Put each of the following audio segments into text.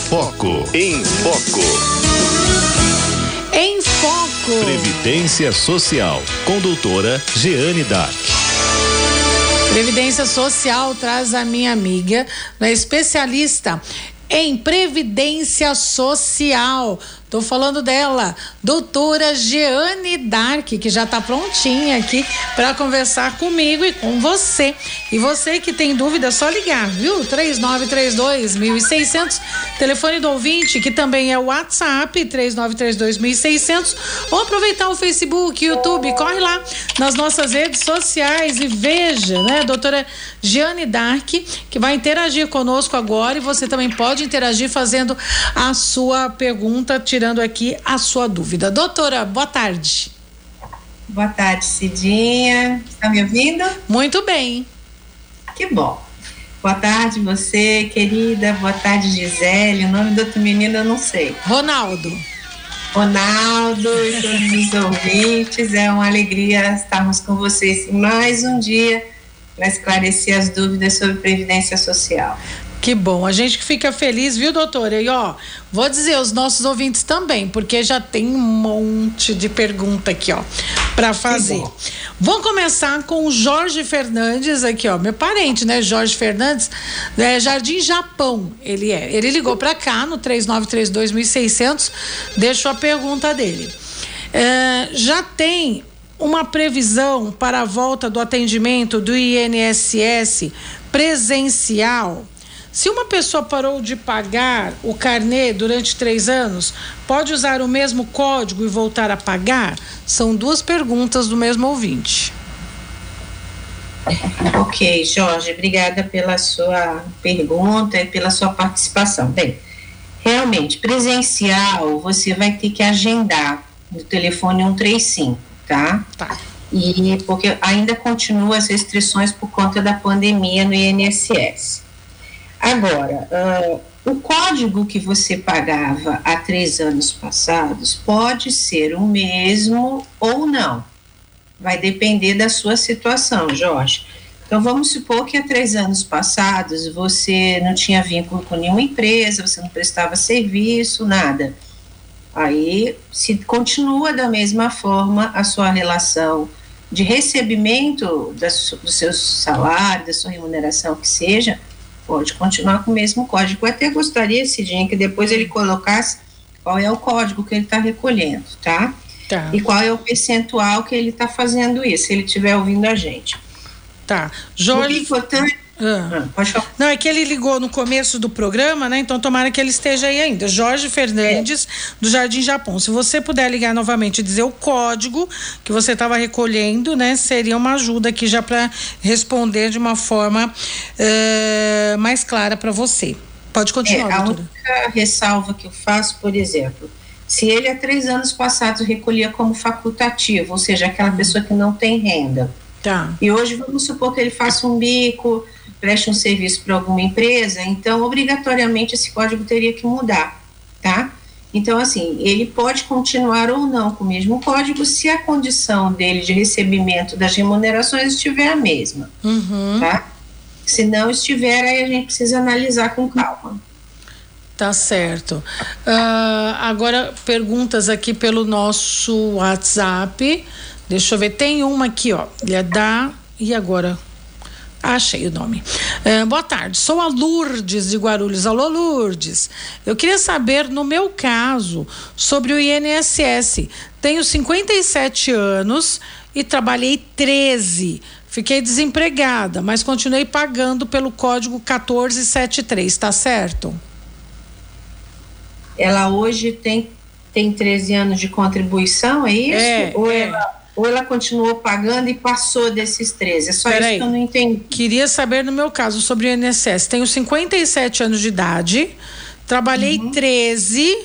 Foco. Em Foco. Em Foco. Previdência Social, com doutora Jeane Dark. Previdência Social traz a minha amiga, especialista em Previdência Social. Tô falando dela, doutora Jeane Dark, que já tá prontinha aqui para conversar comigo e com você. E você que tem dúvida, é só ligar, viu? 3932-1600, telefone do ouvinte, que também é o WhatsApp, 3932-1600, ou aproveitar o Facebook, YouTube, corre lá nas nossas redes sociais e veja, doutora Jeane Dark, que vai interagir conosco agora, e você também pode interagir fazendo a sua pergunta, tirando aqui a sua dúvida. Doutora, boa tarde. Boa tarde, Cidinha. Está me ouvindo? Muito bem. Que bom. Boa tarde, você, querida. Boa tarde, Gisele. O nome do outro menino eu não sei. Ronaldo e todos os ouvintes. É uma alegria estarmos com vocês mais um dia para esclarecer as dúvidas sobre Previdência Social. Que bom, a gente que fica feliz, viu, doutora? E vou dizer, os nossos ouvintes também, porque já tem um monte de pergunta aqui, para fazer. Vamos começar com o Jorge Fernandes aqui, meu parente, Jorge Fernandes, Jardim Japão, ele ligou para cá no 3932-1600, deixou a pergunta dele. Já tem uma previsão para a volta do atendimento do INSS presencial? Se uma pessoa parou de pagar o carnê durante 3 anos, pode usar o mesmo código e voltar a pagar? São 2 perguntas do mesmo ouvinte. Ok, Jorge, obrigada pela sua pergunta e pela sua participação. Bem, realmente, presencial, você vai ter que agendar no telefone 135, tá? Tá. E porque ainda continuam as restrições por conta da pandemia no INSS. Agora, o código que você pagava há 3 anos passados pode ser o mesmo ou não. Vai depender da sua situação, Jorge. Então, vamos supor que há 3 anos passados você não tinha vínculo com nenhuma empresa, você não prestava serviço, nada. Aí, se continua da mesma forma a sua relação de recebimento do seu salário, da sua remuneração, que seja, pode continuar com o mesmo código. Eu até gostaria, Cidinha, que depois ele colocasse qual é o código que ele está recolhendo, tá? Tá. E qual é o percentual que ele está fazendo isso, se ele estiver ouvindo a gente. Tá. Jorge... importante... pode falar. Não, é que ele ligou no começo do programa, então tomara que ele esteja aí ainda. Jorge Fernandes, do Jardim Japão. Se você puder ligar novamente e dizer o código que você estava recolhendo, seria uma ajuda aqui já para responder de uma forma mais clara para você. Pode continuar, a doutora. única ressalva que eu faço, por exemplo, se ele há 3 anos passados recolhia como facultativo, ou seja, aquela pessoa que não tem renda, tá. E hoje vamos supor que ele faça um bico, preste um serviço para alguma empresa, então obrigatoriamente esse código teria que mudar, tá? Então, assim, ele pode continuar ou não com o mesmo código se a condição dele de recebimento das remunerações estiver a mesma, tá? Se não estiver, aí a gente precisa analisar com calma. Tá certo. Agora, perguntas aqui pelo nosso WhatsApp. Deixa eu ver, tem uma aqui, ele é da... E agora? Achei o nome. Boa tarde, sou a Lourdes de Guarulhos. Alô, Lourdes. Eu queria saber, no meu caso, sobre o INSS. Tenho 57 anos e trabalhei 13. Fiquei desempregada, mas continuei pagando pelo código 1473, tá certo? Ela hoje tem 13 anos de contribuição, é isso? Ou ela continuou pagando e passou desses 13? É só isso que eu não entendi. Queria saber, no meu caso, sobre o INSS. Tenho 57 anos de idade, trabalhei 13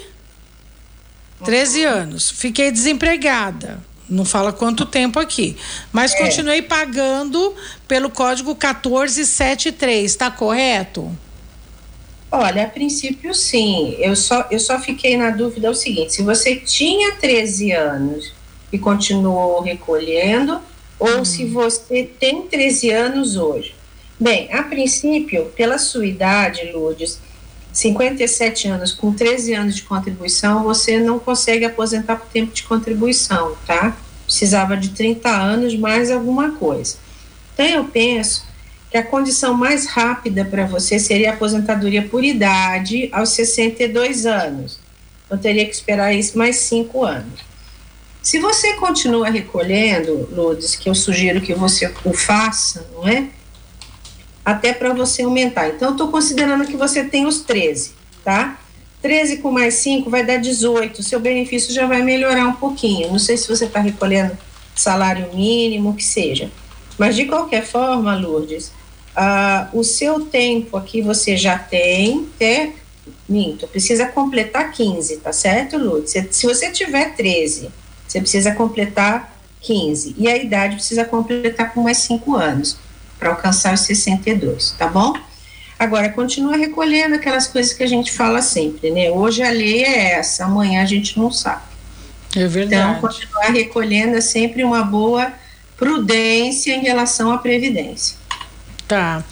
anos, fiquei desempregada. Não fala quanto tempo aqui, mas continuei pagando pelo código 1473, tá correto? Olha, a princípio sim, eu só fiquei na dúvida o seguinte: se você tinha 13 anos e continuou recolhendo, ou se você tem 13 anos hoje. Bem, a princípio, pela sua idade, Lourdes, 57 anos com 13 anos de contribuição, você não consegue aposentar por tempo de contribuição, tá? Precisava de 30 anos mais alguma coisa. Então, eu penso que a condição mais rápida para você seria a aposentadoria por idade aos 62 anos. Eu teria que esperar isso mais 5 anos. Se você continua recolhendo, Lourdes, que eu sugiro que você o faça, não é? Até para você aumentar. Então, eu estou considerando que você tem os 13, tá? 13 com mais 5 vai dar 18. O seu benefício já vai melhorar um pouquinho. Não sei se você está recolhendo salário mínimo, o que seja. Mas, de qualquer forma, Lourdes, o seu tempo aqui você já tem, precisa completar 15, tá certo, Lourdes? Se você tiver 13, você precisa completar 15. E a idade precisa completar com mais 5 anos, para alcançar os 62, tá bom? Agora, continua recolhendo aquelas coisas que a gente fala sempre, né? Hoje a lei é essa, amanhã a gente não sabe. É verdade. Então, continuar recolhendo é sempre uma boa prudência em relação à previdência. Tá.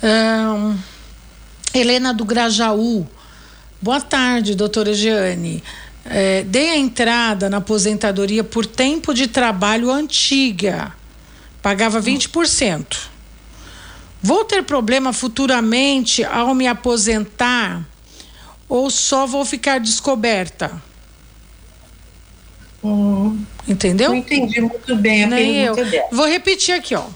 Helena do Grajaú. Boa tarde, doutora Jeane. Dei a entrada na aposentadoria por tempo de trabalho antiga. Pagava 20%. Vou ter problema futuramente ao me aposentar ou só vou ficar descoberta? Entendeu? Não entendi muito bem a pergunta dela. Vou repetir aqui, ó.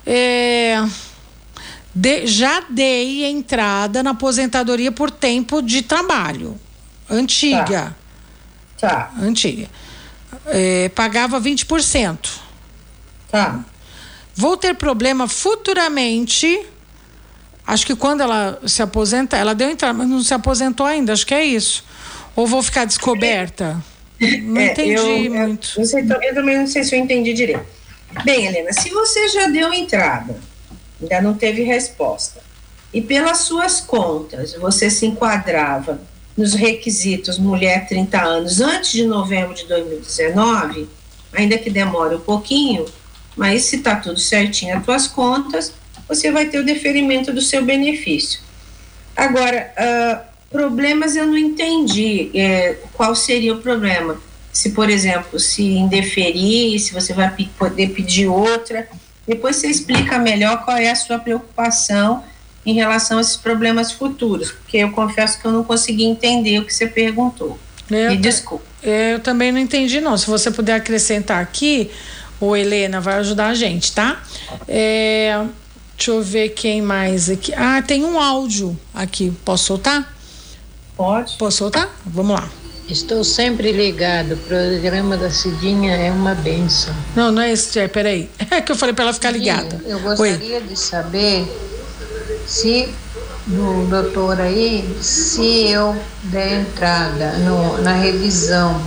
Já dei entrada na aposentadoria por tempo de trabalho. Antiga. Tá. Antiga. Pagava 20%. Tá. Vou ter problema futuramente. Acho que quando ela se aposenta, ela deu entrada, mas não se aposentou ainda. Acho que é isso. Ou vou ficar descoberta? Não entendi muito. Eu também não sei se eu entendi direito. Bem, Helena, se você já deu entrada, ainda não teve resposta, e pelas suas contas você se enquadrava nos requisitos mulher 30 anos antes de novembro de 2019, ainda que demore um pouquinho, mas se está tudo certinho as tuas contas, você vai ter o deferimento do seu benefício. Agora, problemas eu não entendi. Qual seria o problema? Se, por exemplo, se indeferir, se você vai poder pedir outra. Depois você explica melhor qual é a sua preocupação em relação a esses problemas futuros, porque eu confesso que eu não consegui entender o que você perguntou. Me desculpe. Eu também não entendi, não. Se você puder acrescentar aqui, Helena, vai ajudar a gente, tá? Deixa eu ver quem mais aqui. Tem um áudio aqui. Posso soltar? Pode. Posso soltar? Vamos lá. Estou sempre ligado. O programa da Cidinha é uma bênção. Não é esse, peraí. É que eu falei para ela ficar ligada. Eu gostaria de saber se do doutor aí, se eu der entrada na revisão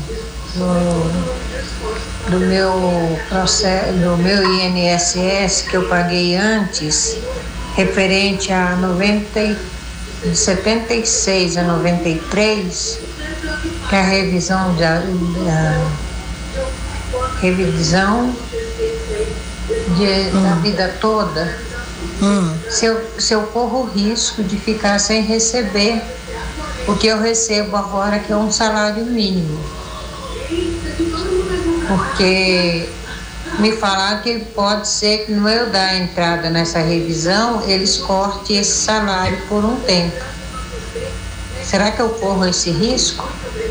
do meu processo, do meu INSS que eu paguei antes, referente a de 76 a 93, que é a revisão da vida toda, se eu corro o risco de ficar sem receber o que eu recebo agora, que é um salário mínimo. Porque me falaram que pode ser que no eu dar entrada nessa revisão, eles cortem esse salário por um tempo. Será que eu corro esse risco?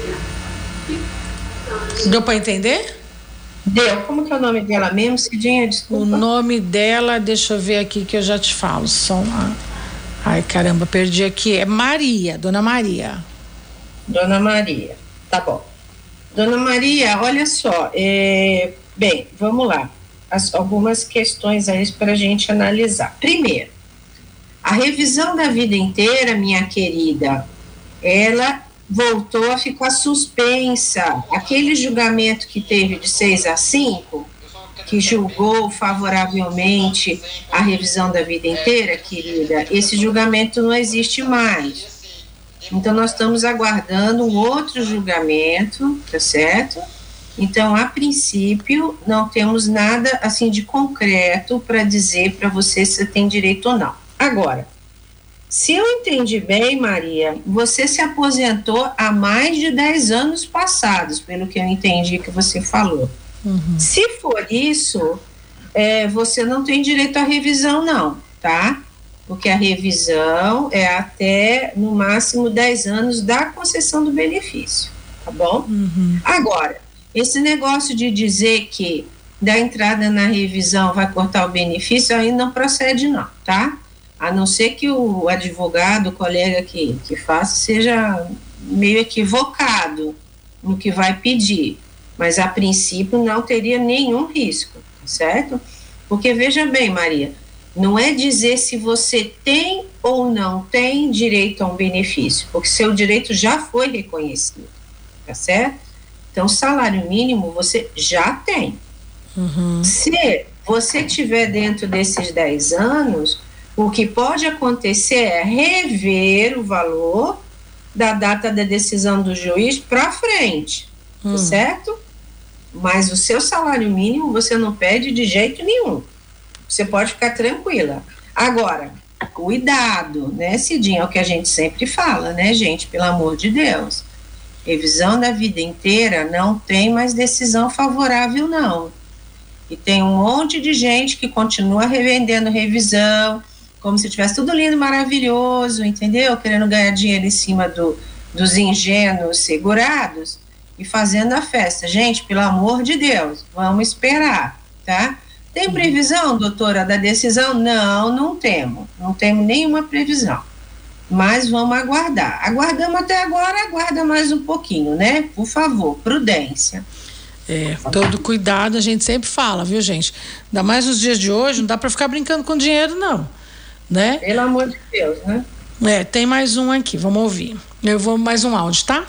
Deu para entender? Deu. Como que é o nome dela mesmo, Cidinha? Desculpa. O nome dela, deixa eu ver aqui que eu já te falo. Ai, caramba, perdi aqui. É Maria, Dona Maria. Dona Maria, tá bom. Dona Maria, olha só, bem, vamos lá. Algumas questões aí para a gente analisar. Primeiro, a revisão da vida inteira, minha querida, ela voltou a ficar suspensa. Aquele julgamento que teve de 6-5, que julgou favoravelmente a revisão da vida inteira, querida, esse julgamento não existe mais. Então, nós estamos aguardando um outro julgamento, tá certo? Então, a princípio, não temos nada, assim, de concreto para dizer para você se tem direito ou não. Agora, Se eu entendi bem, Maria, você se aposentou há mais de 10 anos passados, pelo que eu entendi que você falou. Se for isso, você não tem direito à revisão, não, tá? Porque a revisão é até, no máximo, 10 anos da concessão do benefício, tá bom? Agora, esse negócio de dizer que da entrada na revisão vai cortar o benefício, aí não procede, não, tá? A não ser que o advogado, o colega que faça, seja meio equivocado no que vai pedir. Mas, a princípio, não teria nenhum risco, certo? Porque, veja bem, Maria, não é dizer se você tem ou não tem direito a um benefício, porque seu direito já foi reconhecido, tá certo? Então, salário mínimo você já tem. Se você tiver dentro desses 10 anos, o que pode acontecer é rever o valor da data da decisão do juiz para frente, tá certo? Mas o seu salário mínimo você não pede de jeito nenhum. Você pode ficar tranquila. Agora, cuidado, né, Cidinha? É o que a gente sempre fala, né, gente? Pelo amor de Deus. Revisão da vida inteira não tem mais decisão favorável, não. E tem um monte de gente que continua revendendo revisão, como se tivesse tudo lindo, maravilhoso, entendeu? Querendo ganhar dinheiro em cima dos ingênuos segurados e fazendo a festa. Gente, pelo amor de Deus, vamos esperar, tá? Tem previsão, doutora, da decisão? Não, não temos nenhuma previsão, mas vamos aguardar. Aguardamos até agora, aguarda mais um pouquinho, né? Por favor, prudência. Todo cuidado a gente sempre fala, viu, gente? Ainda mais nos dias de hoje, não dá para ficar brincando com dinheiro, não, né? Pelo amor de Deus, né? Tem mais um aqui, vamos ouvir. Eu vou mais um áudio, tá?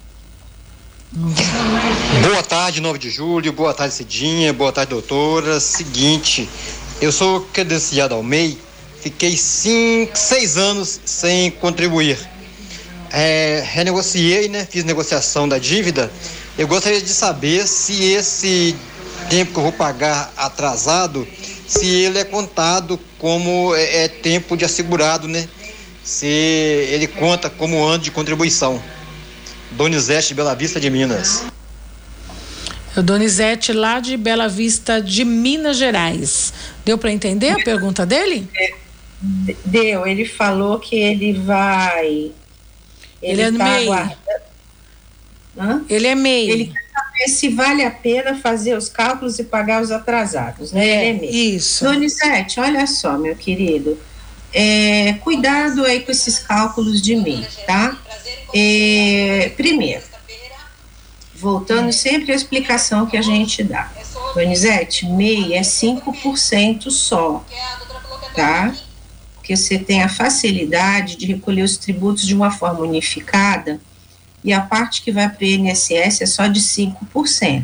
Boa tarde, 9 de julho, boa tarde, Cidinha, boa tarde, doutora. Seguinte, eu sou credenciado ao MEI, fiquei 6 anos sem contribuir. Renegociei, né? Fiz negociação da dívida. Eu gostaria de saber se esse tempo que eu vou pagar atrasado, se ele é contado como tempo de assegurado, né? Se ele conta como ano de contribuição. Donizete, Bela Vista de Minas. O Donizete lá de Bela Vista de Minas Gerais. Deu para entender a pergunta dele? Deu, ele falou que ele vai... Ele é MEI. Ele é MEI. Ele quer saber se vale a pena fazer os cálculos e pagar os atrasados, né? Ele é MEI. Isso. Donizete, olha só, meu querido, cuidado aí com esses cálculos de MEI, tá? Primeiro, voltando sempre à explicação que a gente dá. Donizete, MEI é 5% só, tá? Porque você tem a facilidade de recolher os tributos de uma forma unificada e a parte que vai para o INSS é só de 5%.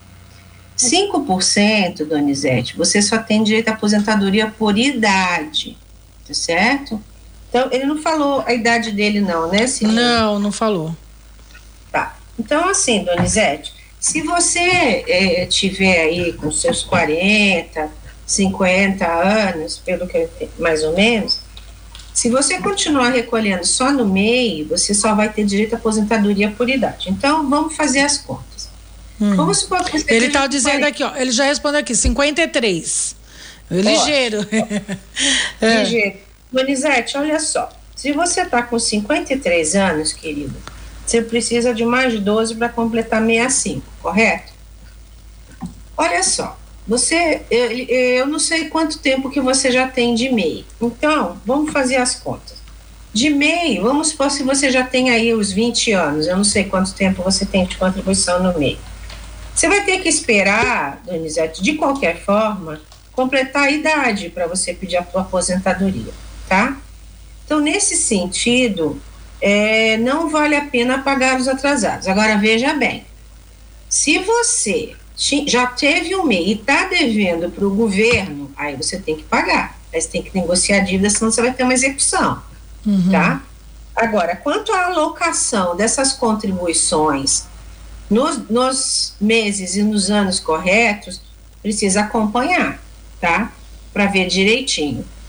5%, Donizete, você só tem direito à aposentadoria por idade, tá certo? Então, ele não falou a idade dele não, né, Cidinha? Não falou. Tá. Então, assim, Donizete, se você tiver aí com seus 40, 50 anos, pelo que eu entendo, mais ou menos, se você continuar recolhendo só no MEI, você só vai ter direito à aposentadoria por idade. Então, vamos fazer as contas. Vamos supor que você... Ele está dizendo aqui, ó, ele já respondeu aqui, 53. Ligeiro. Ligeiro. Donizete, olha só, se você está com 53 anos, querido, você precisa de mais de 12 para completar 65, correto? Olha só, eu não sei quanto tempo que você já tem de MEI, então vamos fazer as contas. De MEI, vamos supor se você já tem aí os 20 anos, eu não sei quanto tempo você tem de contribuição no MEI. Você vai ter que esperar, Donizete, de qualquer forma, completar a idade para você pedir a sua aposentadoria, tá? Então, nesse sentido, não vale a pena pagar os atrasados. Agora, veja bem, se você já teve um MEI e está devendo para o governo, aí você tem que pagar, aí você tem que negociar a dívida, senão você vai ter uma execução, tá? Agora, quanto à alocação dessas contribuições nos meses e nos anos corretos, precisa acompanhar, tá? Para ver direitinho.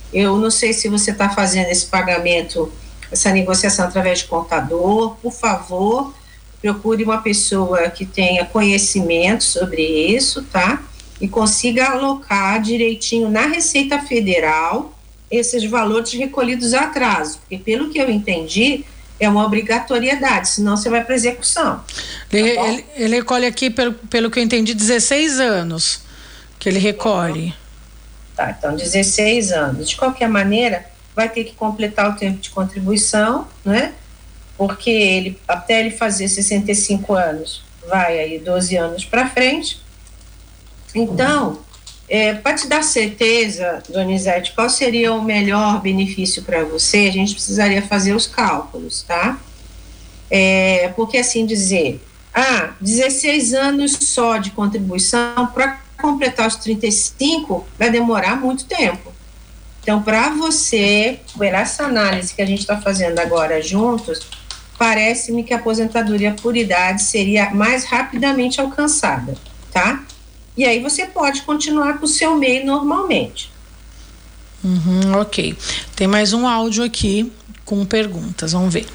Eu não sei se você está fazendo esse pagamento, essa negociação através de contador. Por favor, procure uma pessoa que tenha conhecimento sobre isso, tá? E consiga alocar direitinho na Receita Federal esses valores recolhidos a atraso, porque pelo que eu entendi, é uma obrigatoriedade, senão você vai para execução. Ele recolhe aqui, pelo que eu entendi, 16 anos que ele recolhe. Tá, então 16 anos. De qualquer maneira, vai ter que completar o tempo de contribuição, né? Porque ele, até ele fazer 65 anos, vai aí 12 anos para frente. Então, para te dar certeza, Donizete, qual seria o melhor benefício para você, a gente precisaria fazer os cálculos, tá? Porque assim dizer, 16 anos só de contribuição, para completar os 35, vai demorar muito tempo. Então, para você, por essa análise que a gente está fazendo agora juntos, parece-me que a aposentadoria por idade seria mais rapidamente alcançada, tá? E aí você pode continuar com o seu MEI normalmente. Ok. Tem mais um áudio aqui com perguntas, vamos ver.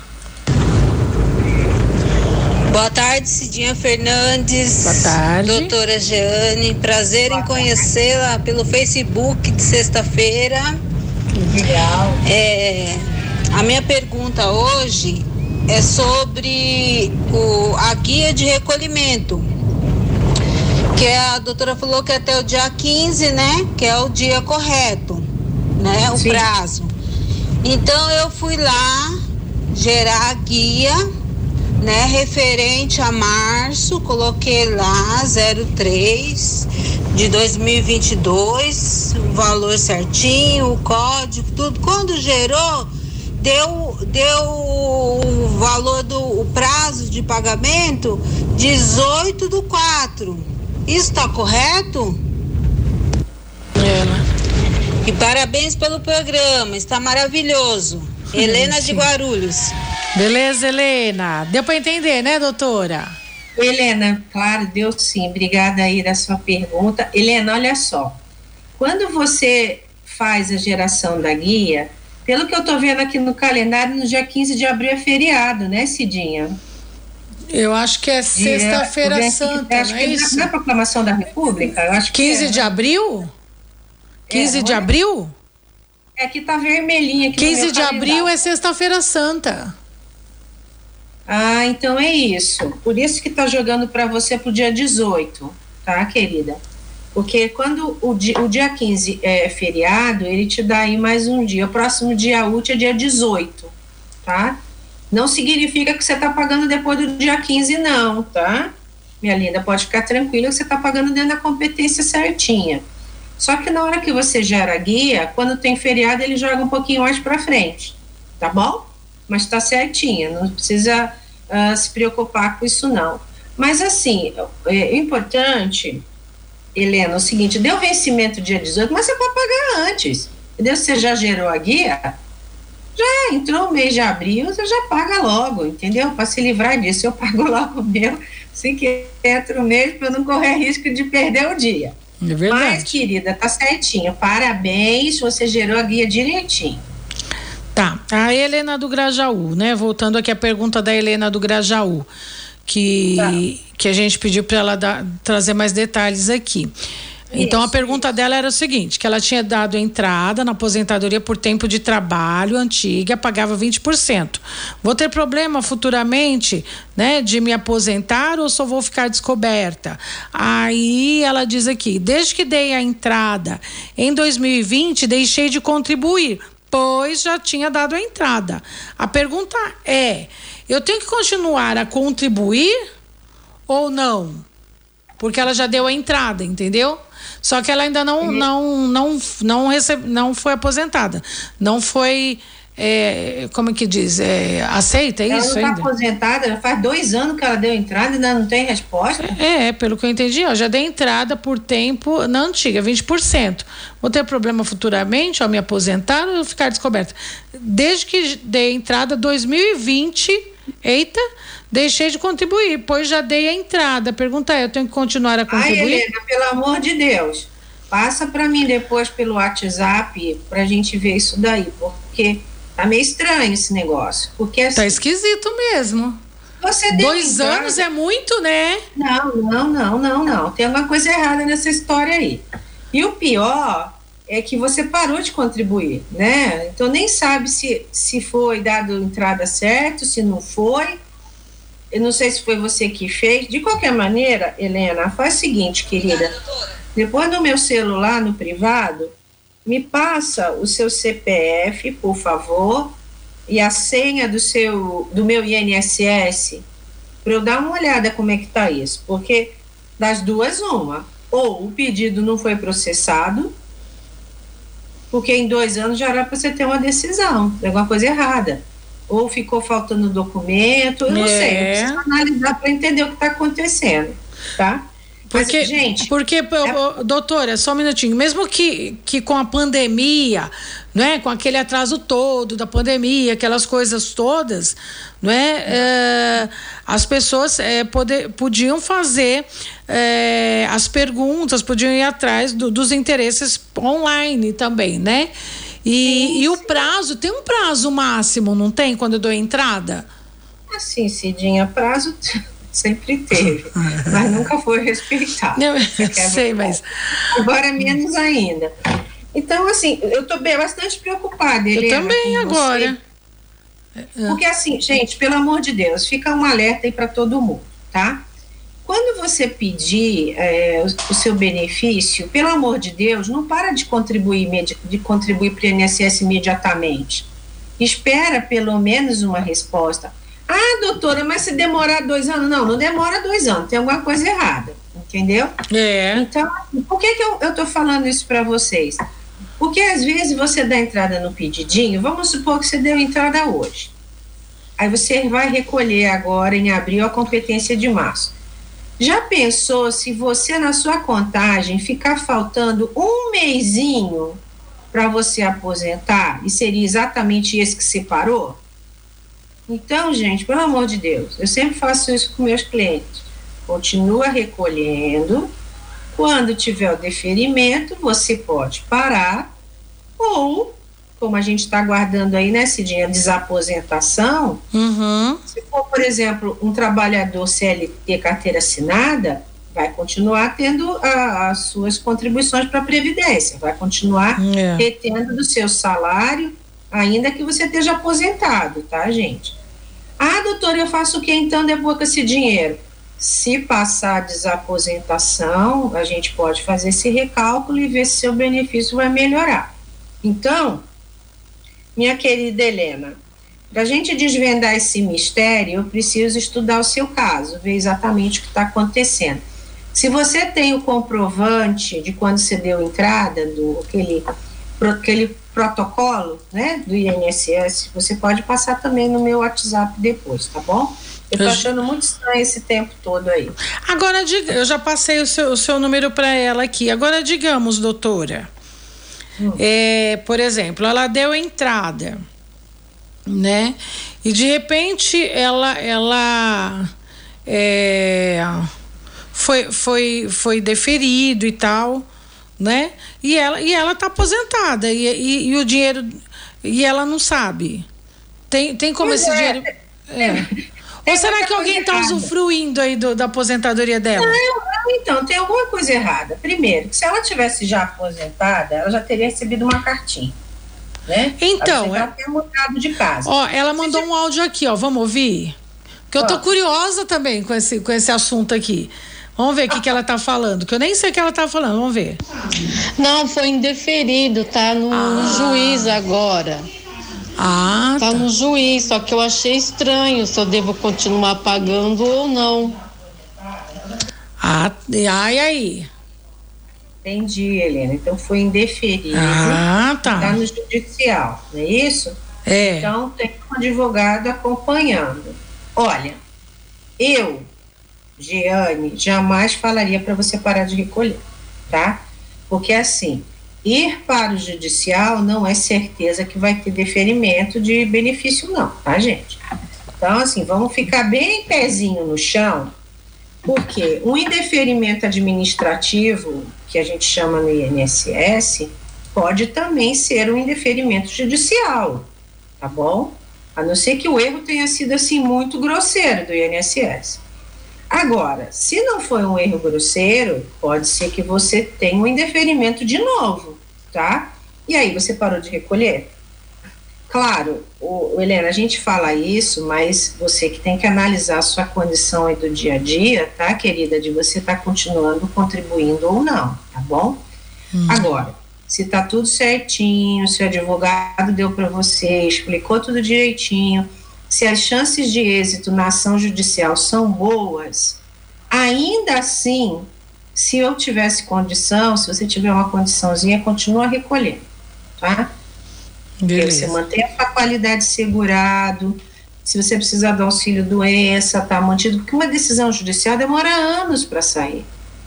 Boa tarde, Cidinha Fernandes. Boa tarde. Doutora Jeane, prazer em conhecê-la pelo Facebook de sexta-feira. Legal. A minha pergunta hoje é sobre a guia de recolhimento, que a doutora falou que até o dia 15, né, que é o dia correto, né, o Sim. prazo. Então eu fui lá gerar a guia, né, referente a março, coloquei lá 03 de 2022, o valor certinho, o código, tudo. Quando gerou, deu o valor o prazo de pagamento 18/4. Isso está correto? E parabéns pelo programa, está maravilhoso. Helena de Guarulhos. Beleza, Helena. Deu para entender, né, doutora? Helena, claro, deu sim. Obrigada aí da sua pergunta. Helena, olha só. Quando você faz a geração da guia, pelo que eu estou vendo aqui no calendário, no dia 15 de abril é feriado, né, Cidinha? Eu acho que é Sexta-feira Santa, acho não que é isso? Na proclamação da República, eu acho que 15 de abril? 15 de abril? Aqui tá vermelhinho. Aqui 15 de abril é Sexta-feira Santa. Então é isso. Por isso que tá jogando para você pro dia 18, tá, querida? Porque quando o dia 15 é feriado, ele te dá aí mais um dia. O próximo dia útil é dia 18, tá? Não significa que você tá pagando depois do dia 15, não, tá? Minha linda, pode ficar tranquila que você tá pagando dentro da competência certinha. Só que na hora que você gera a guia, quando tem feriado, ele joga um pouquinho mais para frente, tá bom? Mas tá certinha, não precisa se preocupar com isso não. Mas assim, é importante, Helena, o seguinte, deu vencimento dia 18, mas você pode pagar antes, entendeu? Você já gerou a guia, já entrou o mês de abril, você já paga logo, entendeu? Para se livrar disso, eu pago logo o meu, assim que entra o mês, para eu não correr risco de perder o dia. É verdade. Mas, querida, tá certinho, parabéns, você gerou a guia direitinho. Tá, a Helena do Grajaú, né? Voltando aqui à pergunta da Helena do Grajaú, que a gente pediu para ela trazer mais detalhes aqui. Então, a pergunta dela era o seguinte, que ela tinha dado entrada na aposentadoria por tempo de trabalho antiga, pagava 20%. Vou ter problema futuramente, né, de me aposentar ou só vou ficar descoberta? Aí ela diz aqui, desde que dei a entrada em 2020, deixei de contribuir, pois já tinha dado a entrada. A pergunta é, eu tenho que continuar a contribuir ou não? Porque ela já deu a entrada, entendeu? Só que ela ainda não foi aposentada. Não foi, como é que diz? Aceita isso ainda? Ela não está aposentada, faz 2 anos que ela deu entrada e ainda não tem resposta? Pelo que eu entendi, já dei entrada por tempo na antiga, 20%. Vou ter problema futuramente ao me aposentar ou ficar descoberta? Desde que dei entrada, 2020, deixei de contribuir, pois já dei a entrada. A pergunta é, eu tenho que continuar a contribuir? Helena, pelo amor de Deus. Passa para mim depois pelo WhatsApp pra gente ver isso daí, porque tá meio estranho esse negócio. Porque assim, tá esquisito mesmo. Você deu 2 anos é muito, né? Não. Tem alguma coisa errada nessa história aí. E o pior é que você parou de contribuir, né? Então nem sabe se foi dado entrada certo, se não foi. Eu não sei se foi você que fez. De qualquer maneira, Helena, faz o seguinte, querida. Depois do meu celular no privado, me passa o seu CPF, por favor, e a senha do meu INSS, para eu dar uma olhada como é que tá isso. Porque das duas, uma. Ou o pedido não foi processado, porque em 2 anos já era para você ter uma decisão, tem alguma coisa errada. Ou ficou faltando documento, eu não sei, eu preciso analisar para entender o que está acontecendo, tá? Porque, mas, gente, doutora, só um minutinho, mesmo que com a pandemia, não é? Com aquele atraso todo da pandemia, aquelas coisas todas, não é? As pessoas podiam fazer as perguntas, podiam ir atrás dos interesses online também, né? E o prazo, tem um prazo máximo, não tem, quando eu dou entrada? Assim, Cidinha, prazo sempre teve, mas nunca foi respeitado. Eu sei, mas... Agora menos ainda. Então, assim, eu estou bastante preocupada, Helena. Eu também agora. Porque assim, gente, pelo amor de Deus, fica um alerta aí para todo mundo, tá? Quando você pedir o seu benefício, pelo amor de Deus, não para de contribuir para o INSS imediatamente. Espera pelo menos uma resposta. Ah, doutora, mas se demorar 2 anos? Não demora 2 anos, tem alguma coisa errada, entendeu? Então, por que eu tô falando isso para vocês? Porque às vezes você dá entrada no pedidinho, vamos supor que você deu entrada hoje. Aí você vai recolher agora em abril a competência de março. Já pensou se você na sua contagem ficar faltando 1 mesinho para você aposentar e seria exatamente esse que você parou? Então, gente, pelo amor de Deus, eu sempre faço isso com meus clientes. Continua recolhendo. Quando tiver o deferimento, você pode parar. Ou, como a gente está aguardando aí, né, Cidinha, desaposentação. Se for, por exemplo, um trabalhador CLT carteira assinada, vai continuar tendo as suas contribuições para a Previdência. Vai continuar retendo do seu salário, ainda que você esteja aposentado, tá, gente? Ah, doutora, eu faço o que então depois com esse dinheiro? Se passar a desaposentação, a gente pode fazer esse recálculo e ver se seu benefício vai melhorar. Então, minha querida Helena, para a gente desvendar esse mistério, eu preciso estudar o seu caso, ver exatamente o que está acontecendo. Se você tem o comprovante de quando você deu entrada, aquele protocolo, né, do INSS, você pode passar também no meu WhatsApp depois, tá bom? Eu tô achando muito estranho esse tempo todo aí. Agora, eu já passei o seu número para ela aqui. Agora, digamos, doutora, por exemplo, ela deu entrada, né? E de repente ela foi deferido e tal, né? E ela tá aposentada e o dinheiro, e ela não sabe. Tem como esse dinheiro... Ou será que alguém está usufruindo aí da aposentadoria dela? Não, então, tem alguma coisa errada. Primeiro, se ela tivesse já aposentada, ela já teria recebido uma cartinha, né? Então, ela teria mudado de casa. Ó, ela mandou um áudio aqui, ó, vamos ouvir? Porque eu tô curiosa também com esse assunto aqui. Vamos ver o que ela tá falando, que eu nem sei o que ela tá falando, vamos ver. Não, foi indeferido, tá no juiz agora. Tá no juiz, só que eu achei estranho se eu devo continuar pagando ou não. E aí? Entendi, Helena. Então foi indeferido. Tá no judicial, não é isso? Então tem um advogado acompanhando. Olha, eu, Jeane, jamais falaria para você parar de recolher, tá? Porque assim, ir para o judicial não é certeza que vai ter deferimento de benefício não, tá, gente? Então, assim, vamos ficar bem pezinho no chão Porque um indeferimento administrativo, que a gente chama no INSS, pode também ser um indeferimento judicial, tá bom? A não ser que o erro tenha sido assim muito grosseiro do INSS. Agora, se não foi um erro grosseiro, pode ser que você tenha um indeferimento de novo, tá? E aí você parou de recolher. Claro, Helena, a gente fala isso, mas você que tem que analisar a sua condição aí do dia a dia, tá, querida, de você estar continuando contribuindo ou não, tá bom? Agora, se tá tudo certinho, se o advogado deu para você, explicou tudo direitinho, se as chances de êxito na ação judicial são boas, ainda assim, se eu tivesse condição, se você tiver uma condiçãozinha, continua recolhendo, tá? Porque você mantém a sua qualidade segurado, se você precisar do auxílio doença, tá mantido, porque uma decisão judicial demora anos para sair.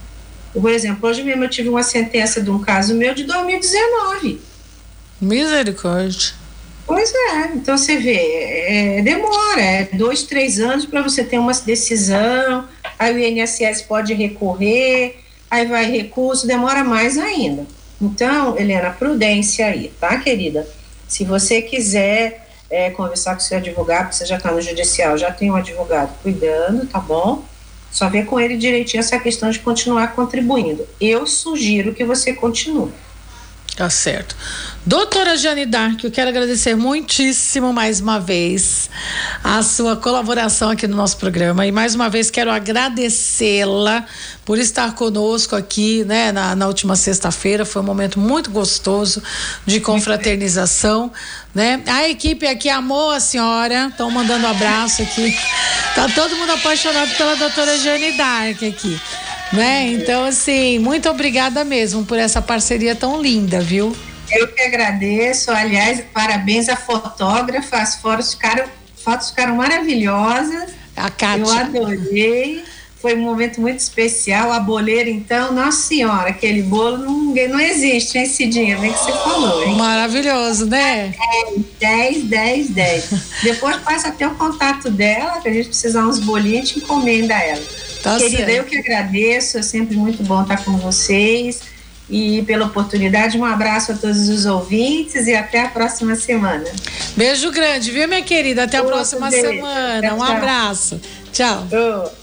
Por exemplo, hoje mesmo eu tive uma sentença de um caso meu de 2019. Misericórdia. Pois é, então você vê, demora, 2, 3 anos para você ter uma decisão, aí o INSS pode recorrer, aí vai recurso, demora mais ainda. Então, Helena, prudência aí, tá, querida? Se você quiser conversar com seu advogado, porque você já está no judicial, já tem um advogado cuidando, tá bom? Só ver com ele direitinho essa questão de continuar contribuindo. Eu sugiro que você continue. Tá certo. Doutora Jeane D'Arc, eu quero agradecer muitíssimo mais uma vez a sua colaboração aqui no nosso programa e mais uma vez quero agradecê-la por estar conosco aqui, né, na última sexta-feira. Foi um momento muito gostoso de confraternização, né? A equipe aqui amou a senhora, estão mandando um abraço aqui. Tá todo mundo apaixonado pela doutora Jeane D'Arc aqui, né? Então, assim, muito obrigada mesmo por essa parceria tão linda, viu? Eu que agradeço, aliás, parabéns à fotógrafa, as fotos ficaram maravilhosas. A Kátia. Eu adorei, foi um momento muito especial. A boleira, então, nossa senhora, aquele bolo não existe, hein, Cidinha? Bem que você falou, hein? Maravilhoso, né? 10. Depois passa até o contato dela, que a gente precisar uns bolinhos, a gente encomenda ela. Tá querida, certo. Eu que agradeço, é sempre muito bom estar com vocês e pela oportunidade, um abraço a todos os ouvintes e até a próxima semana. Beijo grande, viu, minha querida? Até a próxima semana. Um abraço. Tchau.